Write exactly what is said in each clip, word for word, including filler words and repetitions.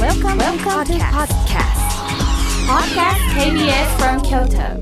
Welcome, Welcome to podcast. Podcast ケービーエス from Kyoto.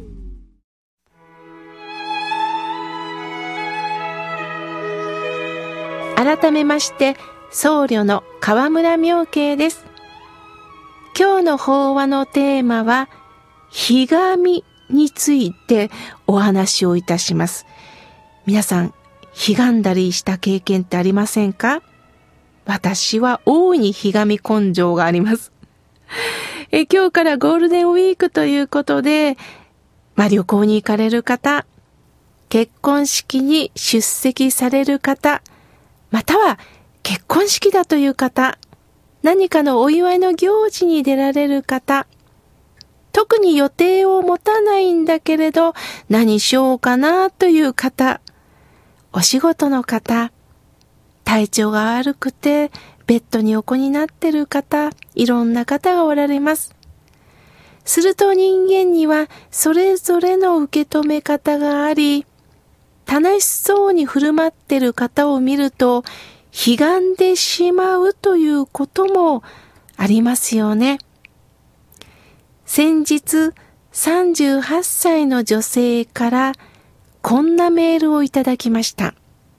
改めまして僧侶の河村明慶です。今日の法話のテーマはひがみについてお話をいたします。皆さん、ひがんだりした経験ってありませんか？私は大いにひがみ根性があります。え今日からゴールデンウィークということで、まあ、旅行に行かれる方、結婚式に出席される方、または結婚式だという方、何かのお祝いの行事に出られる方、特に予定を持たないんだけれど何しようかなという方、お仕事の方、体調が悪くてベッドに横になってる方、いろんな方がおられます。すると人間にはそれぞれの受け止め方があり、楽しそうに振る舞ってる方を見るとひがんでしまうということもありますよね。先日さんじゅうはっさいの女性からこんなメールをいただきました。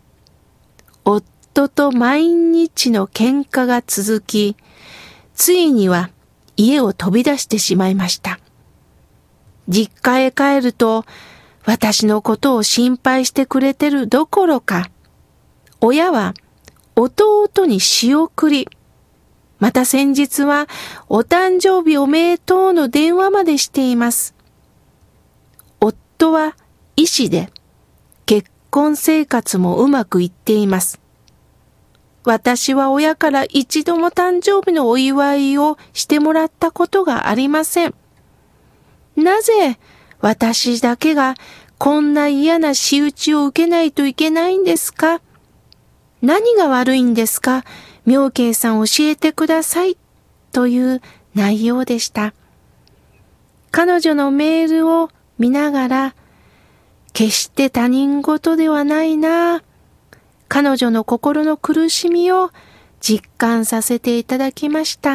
夫と毎日の喧嘩が続き、ついには家を飛び出してしまいました。実家へ帰ると私のことを心配してくれてるどころか、親は弟に仕送り、また先日はお誕生日おめでとうの電話までしています。夫は医師で結婚生活もうまくいっています。私は親から一度も誕生日のお祝いをしてもらったことがありません。なぜ私だけがこんな嫌な仕打ちを受けないといけないんですか？何が悪いんですか？明慶さん教えてください。という内容でした。彼女のメールを見ながら、決して他人事ではないな。彼女の心の苦しみを実感させていただきました。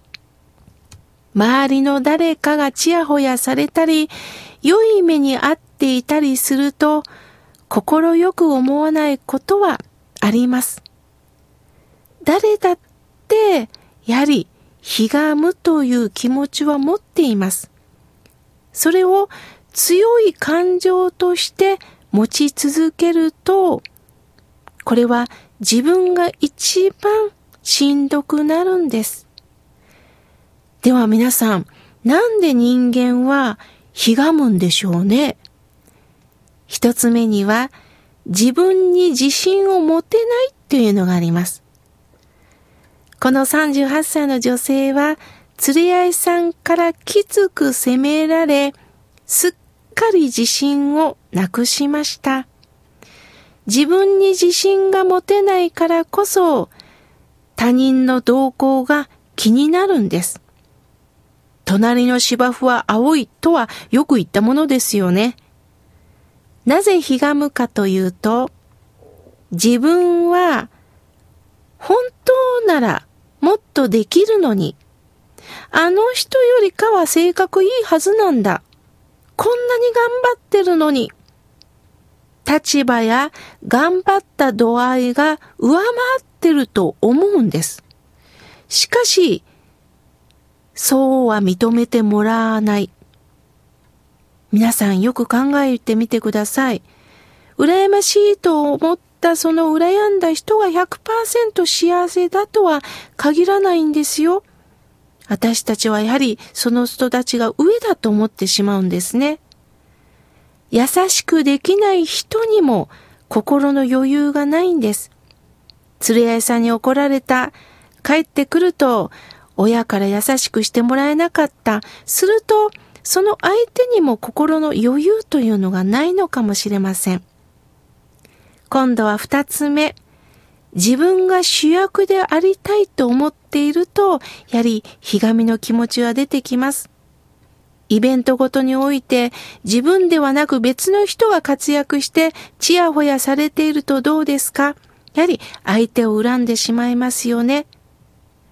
周りの誰かがちやほやされたり、良い目に遭っていたりすると、心よく思わないことはあります。誰だってやはりひがむという気持ちは持っています。それを強い感情として持ち続けると、これは自分が一番しんどくなるんです。では皆さん、なんで人間はひがむんでしょうね。一つ目には、自分に自信を持てないというのがあります。このさんじゅうはっさいの女性は、連れ合いさんからきつく責められ、すっかり自信をなくしました。自分に自信が持てないからこそ、他人の動向が気になるんです。隣の芝生は青いとはよく言ったものですよね。なぜひがむかというと、自分は本当ならもっとできるのに、あの人よりかは性格いいはずなんだ。こんなに頑張ってるのに。立場や頑張った度合いが上回ってると思うんです。しかし、そうは認めてもらわない。皆さんよく考えてみてください。羨ましいと思ったその羨んだ人が ひゃくパーセント 幸せだとは限らないんですよ。私たちはやはりその人たちが上だと思ってしまうんですね。優しくできない人にも心の余裕がないんです。連れ合いさんに怒られた。帰ってくると親から優しくしてもらえなかった。するとその相手にも心の余裕というのがないのかもしれません。今度は二つ目。自分が主役でありたいと思っていると、やはりひがみの気持ちは出てきます。イベントごとにおいて自分ではなく別の人が活躍してちやほやされているとどうですか？やはり相手を恨んでしまいますよね。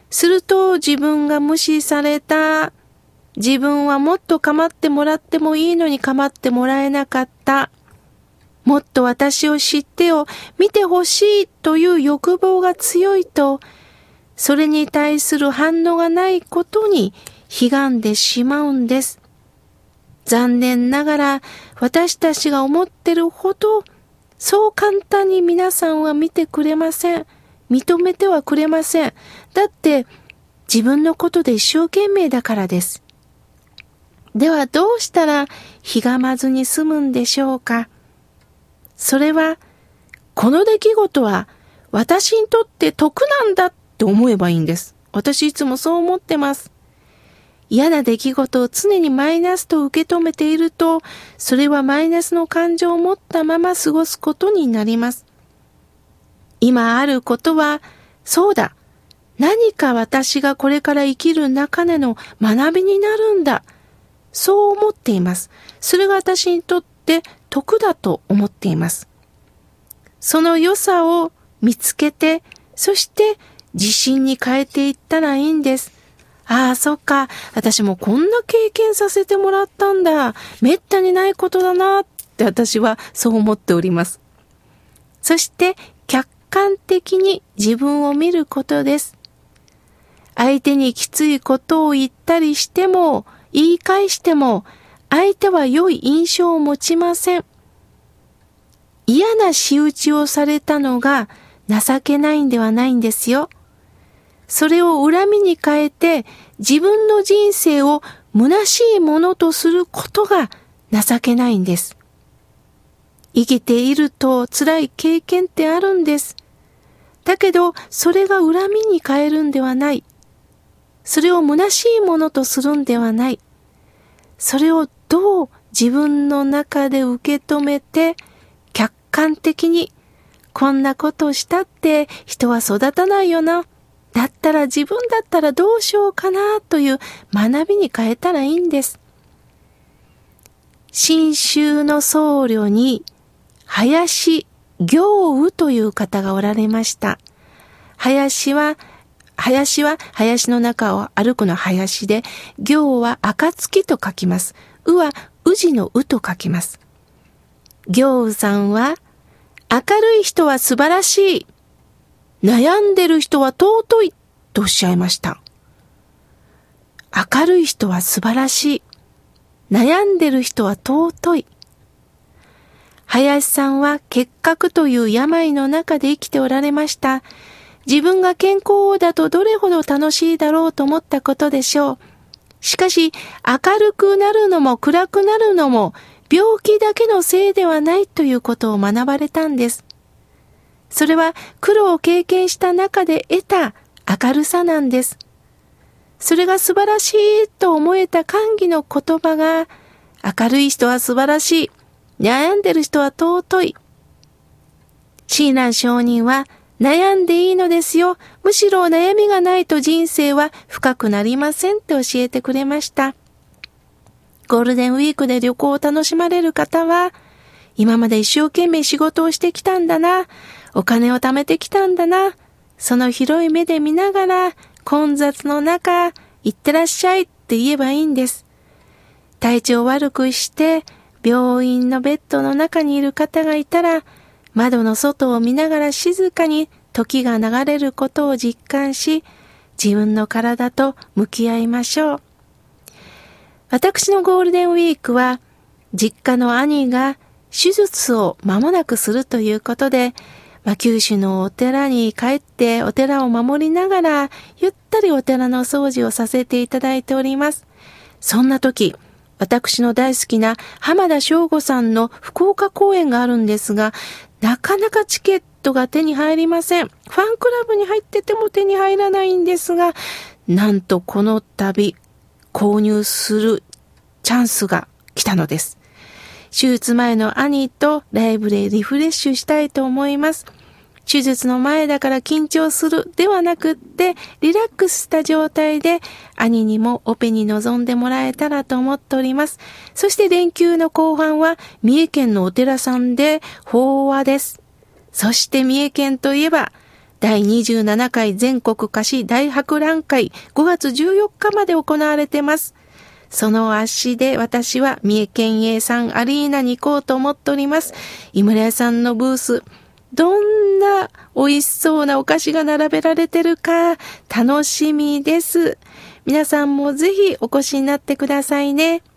すると自分が無視された。自分はもっと構ってもらってもいいのに構ってもらえなかった。もっと私を知ってよ、見てほしいという欲望が強いと、それに対する反応がないことに悲願でしまうんです。残念ながら私たちが思ってるほど、そう簡単に皆さんは見てくれません。認めてはくれません。だって自分のことで一生懸命だからです。ではどうしたらひがまずに済むんでしょうか。それは、この出来事は私にとって得なんだって思えばいいんです。私いつもそう思ってます。嫌な出来事を常にマイナスと受け止めていると、それはマイナスの感情を持ったまま過ごすことになります。今あることは、そうだ、何か私がこれから生きる中での学びになるんだ。そう思っています。それが私にとって得だと思っています。その良さを見つけて、そして自信に変えていったらいいんです。ああ、そっか。私もこんな経験させてもらったんだ。めったにないことだなって私はそう思っております。そして客観的に自分を見ることです。相手にきついことを言ったりしても、言い返しても、相手は良い印象を持ちません。嫌な仕打ちをされたのが情けないんではないんですよ。それを恨みに変えて自分の人生を虚しいものとすることが情けないんです。生きていると辛い経験ってあるんです。だけどそれが恨みに変えるんではない。それを虚しいものとするんではない。それをどう自分の中で受け止めて客観的にこんなことをしたって人は育たないよな。だったら自分だったらどうしようかなという学びに変えたらいいんです。信州の僧侶に林行雨という方がおられました。林は林は林の中を歩くの林で、行は暁と書きます。うは宇治のうと書きます。行雨さんは、明るい人は素晴らしい。悩んでる人は尊いとおっしゃいました。明るい人は素晴らしい。悩んでる人は尊い。林さんは結核という病の中で生きておられました。自分が健康だとどれほど楽しいだろうと思ったことでしょう。しかし、明るくなるのも暗くなるのも病気だけのせいではないということを学ばれたんです。それは苦労を経験した中で得た明るさなんです。それが素晴らしいと思えた歓喜の言葉が、明るい人は素晴らしい。悩んでる人は尊い。親鸞上人は、悩んでいいのですよ。むしろ悩みがないと人生は深くなりませんって教えてくれました。ゴールデンウィークで旅行を楽しまれる方は、今まで一生懸命仕事をしてきたんだな、お金を貯めてきたんだな、その広い目で見ながら混雑の中、行ってらっしゃいって言えばいいんです。体調悪くして病院のベッドの中にいる方がいたら、窓の外を見ながら静かに時が流れることを実感し、自分の体と向き合いましょう。私のゴールデンウィークは、実家の兄が手術を間もなくするということで、まあ、九州のお寺に帰ってお寺を守りながら、ゆったりお寺の掃除をさせていただいております。そんな時、私の大好きな浜田省吾さんの福岡公演があるんですが、なかなかチケットが手に入りません。ファンクラブに入ってても手に入らないんですが、なんとこの度購入するチャンスが来たのです。手術前の兄とライブでリフレッシュしたいと思います。手術の前だから緊張するではなくって、リラックスした状態で兄にもオペに臨んでもらえたらと思っております。そして連休の後半は三重県のお寺さんで法話です。そして三重県といえばだいにじゅうななかい全国菓子大博覧会ごがつじゅうよっかまで行われてます。その足で私は三重県営さんアリーナに行こうと思っております。井村屋さんのブース、どんな美味しそうなお菓子が並べられてるか楽しみです。皆さんもぜひお越しになってくださいね。